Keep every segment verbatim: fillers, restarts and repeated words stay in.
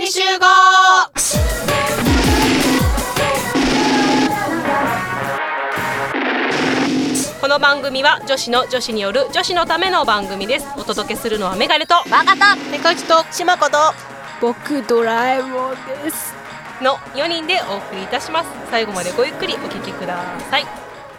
に集合。この番組は女子の女子による女子のための番組です。お届けするのはメガネとバカとネカチとシマコと僕ドラえもんですのよにんでお送りいたします。最後までごゆっくりお聞きください。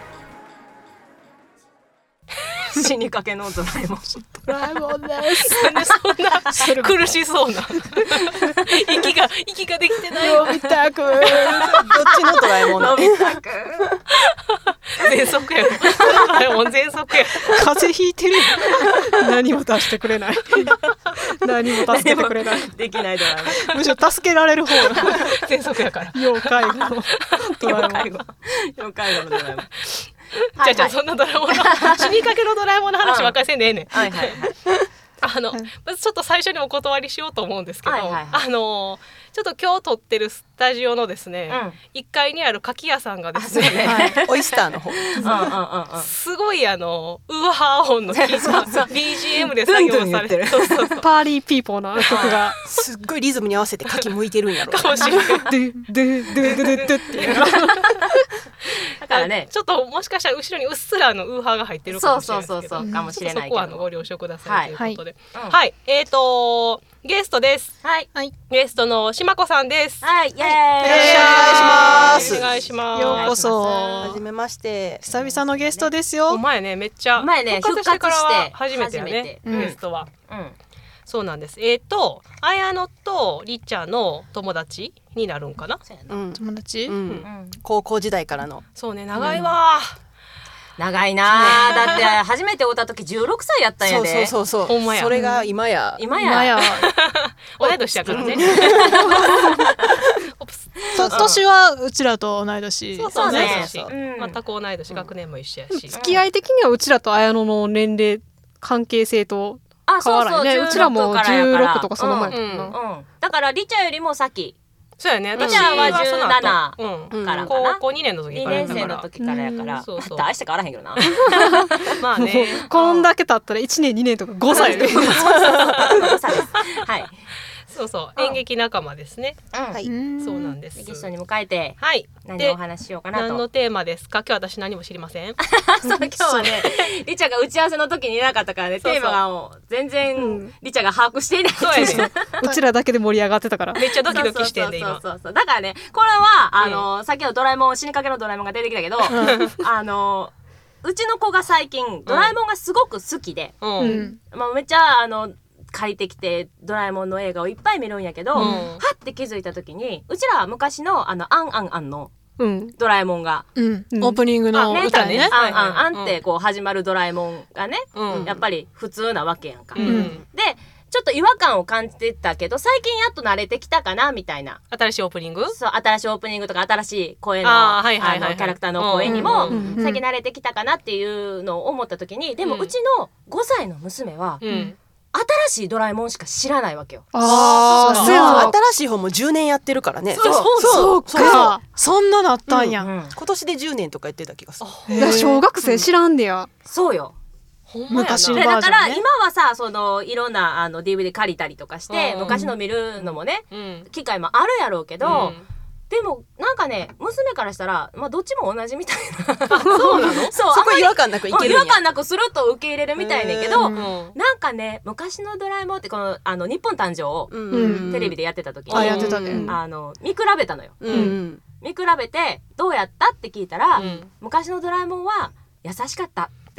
死にかけのドラえもん。 ドラえもんです。 なんでそんな苦しそうな息が息ができてないよ。 のび太くん。 どっちのドラえもんなの？ のび太くん。 全速やろ。ドラえもん全速や。 風邪ひいてるよ。何も出してくれない。何も助けてくれない。 できないドラえもん。 むしろ助けられる方が全速やから。 妖怪のドラえもん。 妖怪語。 妖怪語のドラえもん。 じゃあじゃあそんなドラえもんの死にかけのドラえもんの話ばっかりせんでええねん。 はいはいはい。 あのまずちょっと最初にお断りしようと思うんですけど、 はいはいはいあのちょっと今日撮ってるスタジオのですね、 うんいっかいにある牡蠣屋さんがですね、 あそうねはい、オイスターの方。 うんうんうんうん。 すごいあのウーハー音の効いたそうそうビージーエム で作業されてる。そうそうそうパーリーピーポーな曲がすっごいリズムに合わせて牡蠣向いてるんやろ。 かもしれない。 ででででででっていう。 だからね。 ちょっともしかしたら後ろにうっすらのウーハーが入ってるかもしれないですけど、 そうそうそうそうかもしれないけどそこはあのご了承くださいということで、 はいはい、えーとゲストです。 はいはい。 ゲストのしまこさんです。 はいイエーイ。 よろしくお願いしますお願いします。 ようこそはじめまして。 久々のゲストですおよ。 前ねめっちゃ前ね復活してからは復活して初めてやね初めてうんゲストは。 うん。 そうなんです。えーと綾乃とりっちゃんの友達になるんかな。 そうやな。 うん、 友達う。ん、 うん。 高校時代からの。 そうね長いわ、 長いな。だって初めて会った時じゅうろくさいやったんやそうで。 そうそうそう。 ほんまやそれが今や。 今や。 今や同い年やからね。オプスと年はうちらと同い年。 そうそうね同い年うん全く同い年、学年も一緒やし、 付き合い的にはうちらと綾乃の年齢関係性とあ変わらないね。うちらもじゅうろくとかその前うんだったな。 うん。だからリチャよりも先。 そうやね。私リチャはその後じゅうななうんうんからかな。 高校にねんの時にからやねん生ったからの時からやから。 そうそう大して変わらへんけどな。 まあねこんだけ経ったらいちねんにねんとかごさいで。 そうそうそうはい。 そうそううん演劇仲間ですね。 は。 はいい。 そうなんです。 ゲストに迎えてはい。 何をお話ししようかなと。 何のテーマですか。今日私何も知りません。 そう今日はね、リチャが打ち合わせの時にいなかったからね、 そうそうテーマがもう全う然んリチャが把握していない。 そうやね。 うちらだけで盛り上がってたから。 めっちゃドキドキしてんで今。 そうそうそうそうだからね、これはあの、さっきのドラえもん、死にかけのドラえもんが出てきたけど、あのうちの子が最近ドラえもんがすごく好きで、 う。 うんん。 まあ、めっちゃあの借りてきてドラえもんの映画をいっぱい見るんやけど、 うんはって気づいた時にうちらは昔のあのアンアンアンのうん。 ドラえもんが、 うん。オープニングのあ歌ね。 アンアンアはいはいンってこう始まるドラえもんがね、 うんやっぱり普通なわけやんか、 うんうんでちょっと違和感を感じてたけど最近やっと慣れてきたかなみたいな。 新しいオープニング。 そう新しいオープニングとか新しい声のあーはいはいはいはいあのキャラクターの声にもうんうん最近慣れてきたかなっていうのを思った時にでもうんうちのごさいの娘はうん。 新しいドラえもんしか知らないわけよ。 ああ、 そうそうやな。 新しい方もじゅうねんやってるからね。 そうそうか。そんななったんや。 うん今年でじゅうねんとか言ってた気がする。 いや小学生知らんねや。 そうよ。 ほんまやな。 昔でだバージョンねから今はさそのいろんなあの ディーブイディー 借りたりとかしてうん昔の見るのもねうん。 機会もあるやろうけど、 うんでもなんかね娘からしたら、まあ、どっちも同じみたいなそうなの。 そうそこあんまり違和感なくいけるんや。 違和感なくスルッと受け入れるみたいねんけど、 うなんかね昔のドラえもんってこのあの日本誕生をうんうんテレビでやってた時に、 あ、やってたね。 うんあの見比べたのよ。 うんうん見比べてどうやったって聞いたら、 うん昔のドラえもんは優しかったって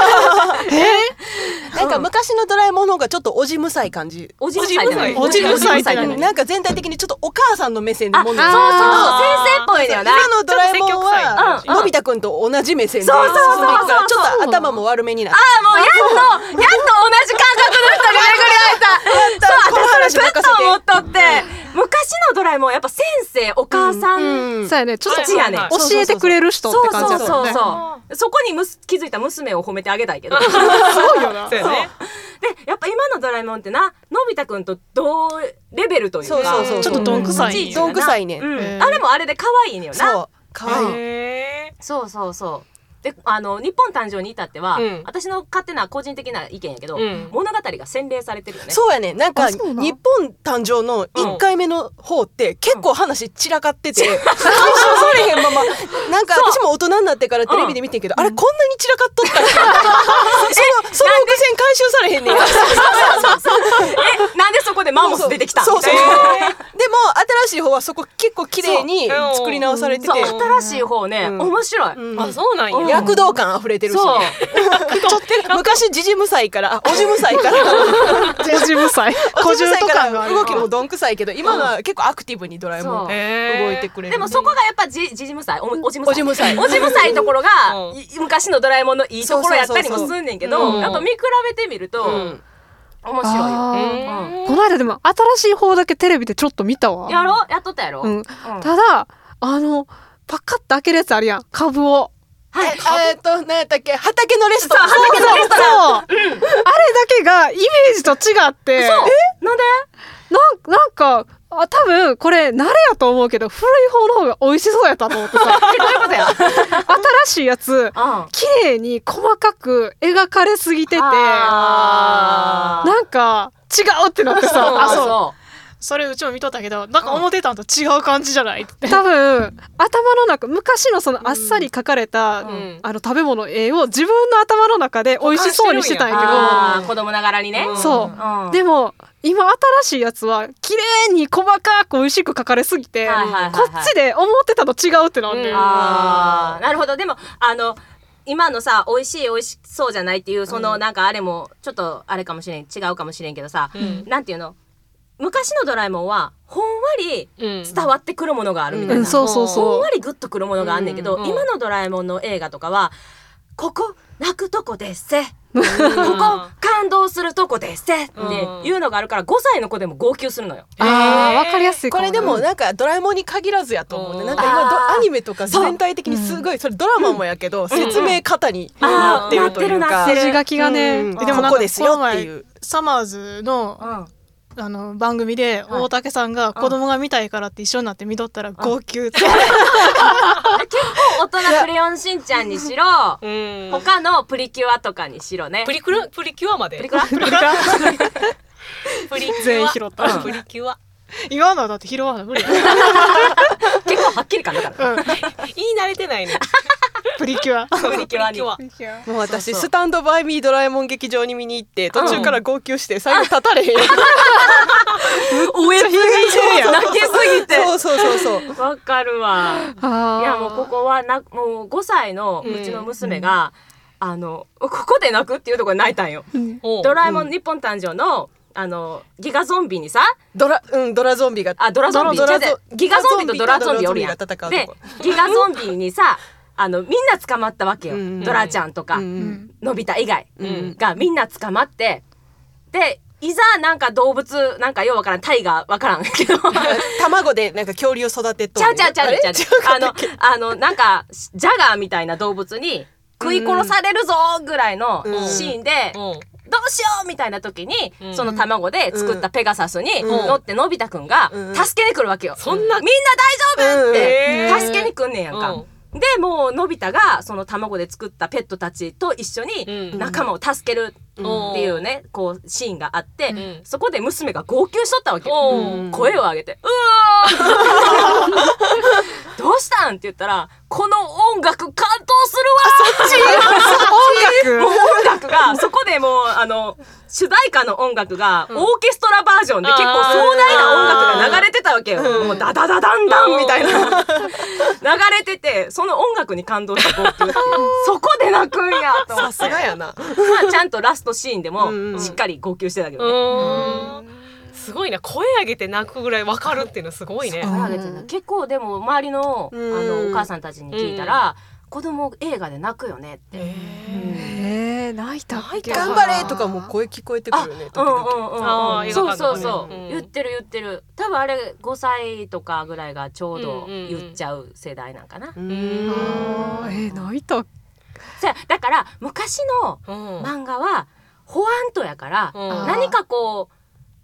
なんか昔のドラえもんの方がちょっとおじむさい感じ。 おじむさいじゃないおじむさいって何うんなんか全体的にちょっとお母さんの目線でものあそうそう先生っぽいのよな。 今のドラえもんはうんのび太くんと同じ目線でそうそうそうそう進んでいくからちょっと頭も悪めになってあもうやっとやっと同じ感覚の人に巡り会えた。そうこの話ずっ任せてと思っとって昔のドラえもんやっぱ先生お母さん、 うんそうやね。ちょっとこっちやねん教えてくれる人って感じだったそうもんね。 そうそうそこにむす気づいた娘を褒めてあげたいけどですごいよな。 そうやね。 やっぱ今のドラえもんってなのび太くんと同レベルというかそうそうそうちょっとどんくさい立ち位置がなどんくさいねうんへーあれもあれで可愛いねよな。 そうかわいいへそうそうそうであの日本誕生に至っては、 うん私の勝手な個人的な意見やけど、 うん物語が洗練されてるよね。 そうやね。なんか日あそうなん本誕生のいっかいめの方って結構話散らかってて、回収されへんまま、なんか私も大人になってからテレビで見てんけど、あれこんなに散らかっとったっけそのその伏線回収されへんねん。 えなんでそこでマンモス出てきたんそうそう。 みたいなでも新しい方はそこ結構綺麗に作り直されてて、 そう新しい方ね、 うん面白い、 うんあ、そうなんうんや。 躍動感あふれてるし、 そうちょっと昔ジジムサイからあおじむさいからおじむさいお小獣じむさいかとからがある動きもどんくさいけど、今のは結構アクティブにドラえもんそうへー動いてくれる。 でもそこがやっぱじじじむさいおおじむさいおじむさいおじむさいところが、 うんい昔のドラえもんのいいところやったりもそうそうそうすんねんけど、 そううんやっぱ見比べてみると、 うん面白いよ。 あーうんこの間でも新しい方だけテレビでちょっと見たわ。 やろやっとったやろ、 うんうんただあのパカッと開けるやつあるやん、株を。 はいええーっと何やったっけ、畑のレストラン。 そう畑のレストランそう、あれだけがイメージと違ってそうなんでなんなんかあ多分これ慣れやと思うけど古い方の方が美味しそうやったと思ってさえどういうことや新しいやつうん綺麗に細かく描かれすぎててあーなんか違うってなってさそうあそうそそれうちも見とったけどなんか思ってたんと違う感じじゃないって多分頭の中昔のそのあっさり描かれた、 んあの食べ物の絵を自分の頭の中で美味しそうにしてたんやけどあー子供ながらにね、 うんそううんでも今新しいやつは綺麗に細かく美味しく描かれすぎて、 はいはいはいはいこっちで思ってたの違うってなんで、 うんあーなるほど。でもあの今のさ美味しい美味しそうじゃないっていうそのなんかあれもちょっとあれかもしれん違うかもしれんけどさ、 うんなんていうの昔のドラえもんはほんわりうん伝わってくるものがあるみたいな、 うんそうそうほんそうわりグッとくるものがあんねんけど、 うん今のドラえもんの映画とかはここ泣くとこですせここ感動するとこですせっていうのがあるからごさいの子でも号泣するのよ。 あーわかりやすいかもねこれでもなんかドラえもんに限らずやと思うね。 うんなんか今ドあーアニメとか全体的にすごいそれドラマもやけど説明方にあーなってるというかなってる筋書きがね、 うんでもなんかここですよっていう。 サマーズのうんあの番組ではい大竹さんが子供が見たいからって一緒になって見とったら号泣って結構大人クレヨンしんちゃんにしろうん他のプリキュアとかにしろねプリクラプリキュアまでプリキュアプリキュア全員拾ったプリキュア今のはだって拾わない無理や結構はっきりかんだからうん言い慣れてないねプリキュアプリキュアにプリキュアもう私そうそうスタンドバイミードラえもん劇場に見に行って途中から号泣して最後立たれへん。 おえつぎ泣きすぎてそうそうそうそう。 わかるわあーいやもうここはなもうごさいのうちの娘が、あのここで泣くっていうところで泣いたんよ。 おうドラえもん日本誕生のあのギガゾンビにさドラうんドラゾンビがあドラゾンビドラ違う違うギガゾンビとドラゾンビおるやんドラゾンビが戦うでとこギガゾンビにさあのみんな捕まったわけよ、 うんドラちゃんとか、 うんのび太以外うんがみんな捕まってでいざなんか動物なんかようわからんタイがわからんけど卵でなんか恐竜を育てとちゃうちゃうちゃうちゃうちゃうあのあのなんかジャガーみたいな動物に食い殺されるぞぐらいのうんシーンで、 うんどうしようみたいな時に、 うんその卵で作ったペガサスにうん乗ってのび太くんがうん助けに来るわけよ。 そんなみんな大丈夫ってうん助けに来んねんやんか。 うんでもうのび太がその卵で作ったペットたちと一緒にうん仲間を助けるうんっていうねこうシーンがあって、 んそこで娘が号泣しとったわけよ。 おう声を上げて「うわーどうしたん?」って言ったら「この音楽感動するわ!」もう音楽がそこでもうあの主題歌の音楽がオーケストラバージョンで結構壮大な音楽が流れてたわけよ。もうダダダダンダンみたいな流れててその音楽に感動して号泣っていうそこで泣くんやと思さってすがやな。 まあちゃんとラストシーンでもうんしっかり号泣してたけうどね。 ーんすごいな声上げて泣くぐらいわかるっていうのすごいね声上げてんな結構でも周りのあうんのお母さんたちに聞いたら子供映画で泣くよねって。 えー、泣いたっけ頑張れとかも声聞こえてくるよね。時うんうん 々 うんうん、 あー映画そう館とかねそうそう、 うん言ってる言ってる多分あれごさいとかぐらいがちょうど言っちゃう世代なんかな、 ううんんあーえー、泣いたそうやだから昔のうん漫画はホワンとやから、 うん何かこう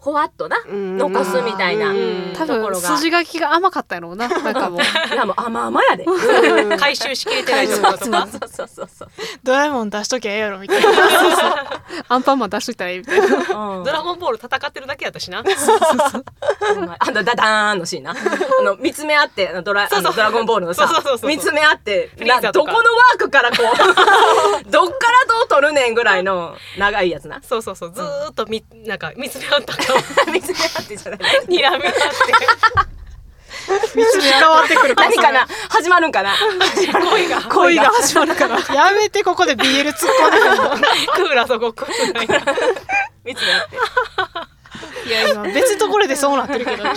ほわっとなうん残すみたいなうん多分ところが筋書きが甘かったやろうななんかもういやもう甘々やで回収しきれてないところとかそうそうそうそうドラえもん出しときゃええやろみたいなアンパンマン出しといたらいいみたいなうんドラゴンボール戦ってるだけやったしなあのダダーンのシーンなあの見つめ合ってあのドラあのドラゴンボールのさそうそうそうそう見つめ合ってフリーザとかなどこのワークからこうどっからどう取るねんぐらいの長いやつなそうそうそうずーっとみなんか見つめ合ったか見つめ合ってじゃないにらみ合って見つめ変わってくるから何かな始まるんかな恋が恋が始まるからやめてここで ビーエル 突っ込んでるのクーラーそこクーラー見つめ合っていや今別ところでそうなってるけどきっ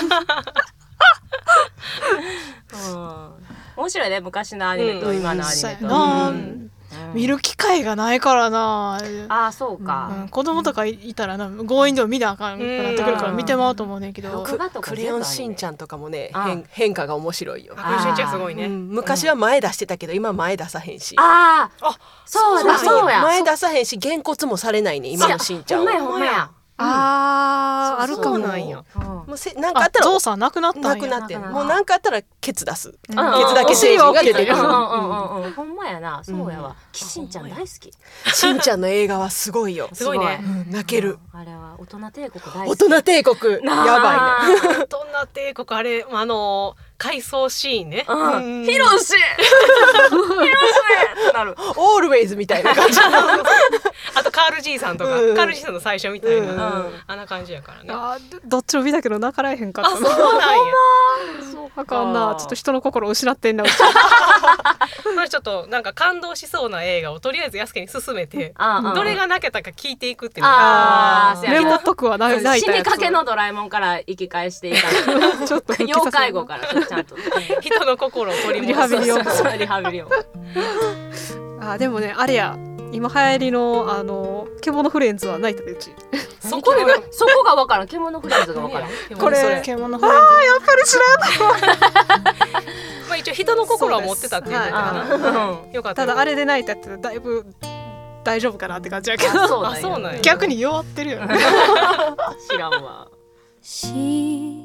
うん面白いね昔のアニメと今のアニメと、 そうやなうん見る機会がないからな、 ああそうか、 うん、子供とかいたらな強引でも見なあかんくなってくるから見てまうと思うねんけど録画とかクレヨンしんちゃんとかもねあ変変化が面白いよ、 あこれしんちゃんすごいね、 うん昔は前出してたけど今前出さへんしあああそうだそうや前出さへんしげんこつもされないね今のしんちゃんほんまやはほんまやあーあるかもそうなんやうんもうせなんかあったらあゾウさんなくなったんやなくなってんなくなったもうなんかあったらケツ出す、 うんケツだけ成人が出てくる、 うんうんうんうんほんまやなそうやわきしんちゃん大好きしんちゃんの映画はすごいよ、 すごいねうん泣ける、 あれは大人帝国大好大き人帝国なあやばいね大人帝国あれあの回想シーンねうんヒロシヒロシってなるオールウェイズみたいな感じあとカールじいさんとか、 うんカールじいさんの最初みたいな、 うんあんな感じやからねあーどっちも見たけど泣からえへんかったあそうなんやあかんなちょっと人の心を失ってんなうちまあちょっとなんか感動しそうな映画をとりあえず安家に勧めてああどれが泣けたか聞いていくっていうのがあーそうやメモっとくはない泣い死たやつにかけのドラえもんから生き返していたちょっと復帰させる要介護からちゃんと人の心を取りリハ戻すビリをそうそうリハビリをあでもねあれや今流行りのあの獣フレンズは泣いたでうちそこでなそこがわからん獣フレンズがわからんこれそれ獣フレンズやっぱり知らんまあ一応人の心を持ってたっていうことかな、 そうですはよかったよただあれで泣いたってだいぶ大丈夫かなって感じやけどあそうなんやあそうなんや逆に弱ってるよね知らんわ静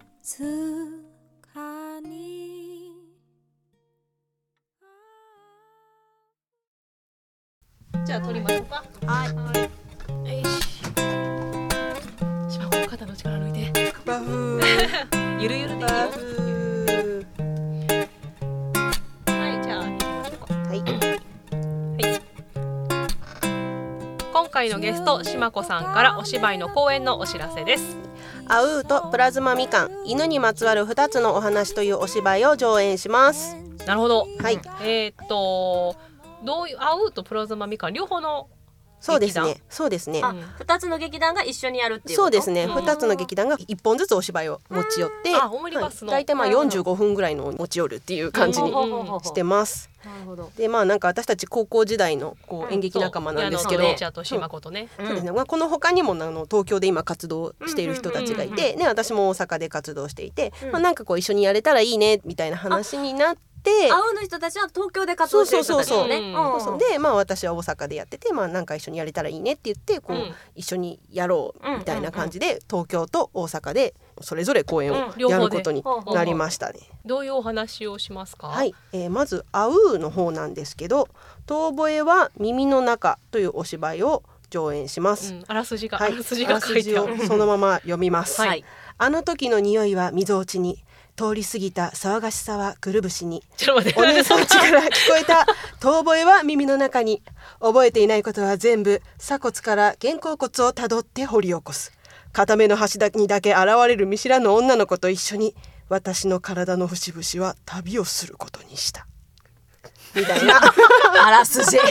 かにじゃあ撮りましょうかはいよし島の肩の力抜いてバフゆるゆるでいいよバフはいじゃあ行きましょうかはい今回のゲスト島子さんからお芝居の公演のお知らせです。 アウーとプラズマみかん犬にまつわるふたつのお話というお芝居を上演します。 なるほど。 はい、 えーっとどういうアウーとプラズマみかん両方のそうです劇ねそうですねあ二つの劇団が一緒にやるっていうことそうですねうんふたつの劇団がいっぽんずつお芝居を持ち寄ってあオムニバスのはい大体まあよんじゅうごふんぐらいのを持ち寄るっていう感じにほうほうほうほうしてます。 なるほどでまあなんか私たち高校時代のこう演劇仲間なんですけど、 そう矢野とレイチャーと島子とね。 そうですね、まあ、この他にもあの東京で今活動している人たちがいて、ね、私も大阪で活動していて、 うんまあ、なんかこう一緒にやれたらいいねみたいな話になってアウの人たちは東京で活動してる人たちだよねそうそうそうそうそうで、まあ、私は大阪でやってて、まあ、なんか一緒にやれたらいいねって言ってこう、 うん一緒にやろうみたいな感じで、東京と大阪でそれぞれ公演を両方でやることになりましたね。 どういうお話をしますか。 はい、えーまず「アウー」の方なんですけど「遠吠えは耳の中」というお芝居を上演します。 うん、あらすじが、 はい、 あらすじが書いてあるあらすじをそのまま読みます。 はいあの時の匂いはみぞおちに、通り過ぎた騒がしさはくるぶしに、 ちょっと待ってお姉さん家から聞こえた遠吠えは耳の中に、覚えていないことは全部鎖骨から肩甲骨をたどって掘り起こす。片目の端にだけ現れる見知らぬ女の子と一緒に、私の体の節々は旅をすることにした。みたいなあらすじ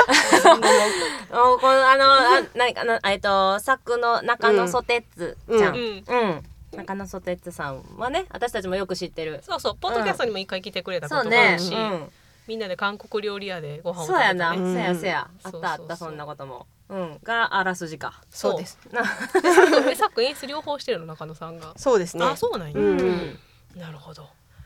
おこのあのあ何かなえっと作の中野ソテツちゃん、 ううんん中野ソテツさんはね私たちもよく知ってるそうそうポッドキャストにも一回来てくれたことそうがあねるし、 うんみんなで韓国料理屋でご飯を食そうやな、 べたね。 んせやせやあそうそうそうったあったそんなこともうんがあらすじかそうですでさっくんえさっくん演出両方してるの中野さんが。 そうですねあそうなんや、 うんうんなるほど。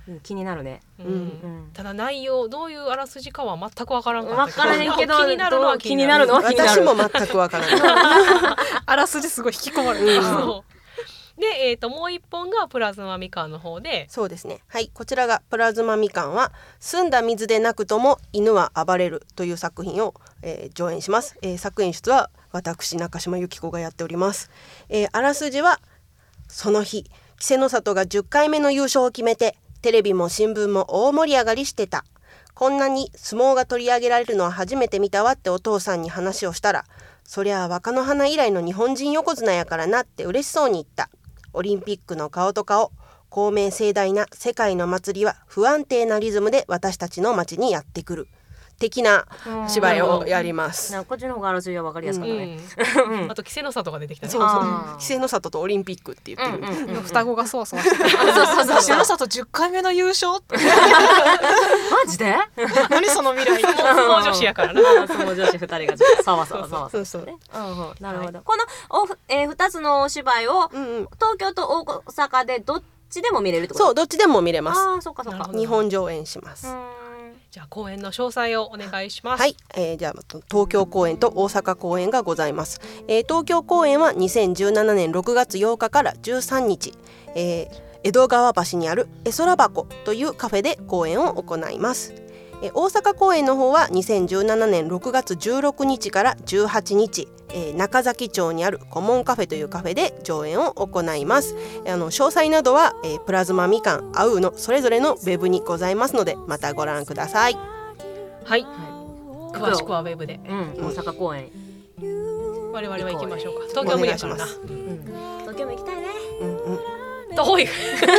うん気になるね。 うんうんただ内容どういうあらすじかは全くわからんかった分からへんけど気になるのは気になるのは気になる。 私も全くわからない。 あらすじすごい引き込まれる、 うんそうで、えー、ともう一本がプラズマみかんの方で、 そうですね。はい、こちらがプラズマみかんは澄んだ水でなくとも犬は暴れるという作品を、えー上演します、えー作演出は私中島由紀子がやっております。えーあらすじはその日稀勢の里がじゅっかいめの優勝を決めてテレビも新聞も大盛り上がりしてた。こんなに相撲が取り上げられるのは初めて見たわってお父さんに話をしたら、そりゃあ若の花以来の日本人横綱やからなって嬉しそうに言った。オリンピックの顔と顔、公明正大な世界の祭りは不安定なリズムで私たちの街にやってくる的な芝居をやります。 なんかこっちの方があらすじは分かりやすかったね。 うんあと稀勢の里が出てきたね。 そうそうあー稀勢の里とオリンピックって言ってる、 うんうんうん双子がそわそわしてるそうそうそう白里じゅっかいめの優勝ってマジで？ 何その未来相撲女子やからな。 相撲女子二人がちょっとさわさわさわさわそうそうね。うんうんなるほど。このおふえー二つのお芝居をうんうん、 東京と大阪でどっちでも見れるってこと？ そうどっちでも見れます。 ああそっかそっか。 なるほど日本上演します。 うーんじゃあ公演の詳細をお願いします。 はい、えー、じゃあ東京公演と大阪公演がございます。えー、東京公演はにせんじゅうななねんろくがつようかからじゅうさんにち、えー、江戸川橋にある絵空箱というカフェで公演を行います。えー、大阪公演の方はにせんじゅうななねんろくがつじゅうろくにちからじゅうはちにち、えー、中崎町にあるコモンカフェというカフェで上演を行います。あの詳細などは、えー、プラズマみかんあうのそれぞれのウェブにございますのでまたご覧ください。 はい。詳しくはウェブでうん大阪公演。 我々は行きましょうか。東京無理やからな。 お願いし東京も行きたいね。 うんうん遠い。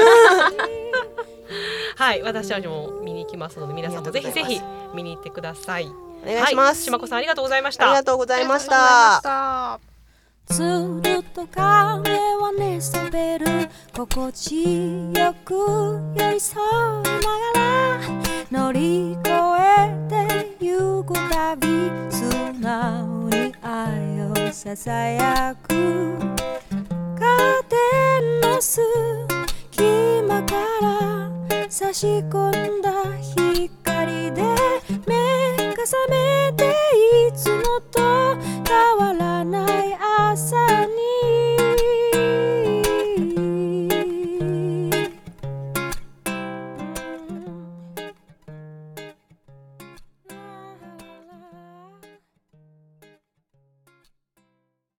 はい、私たちも見に行きますので皆さんもぜひぜひ見に行ってください。 お願いします。 はい、島子さんありがとうございましありた。 がとうございましありた。 がとうございましたつると影は寝そべる心地よく寄り添いながら乗り越えてゆくたび素直に愛をささやくカーテンの隙間から差し込んだ日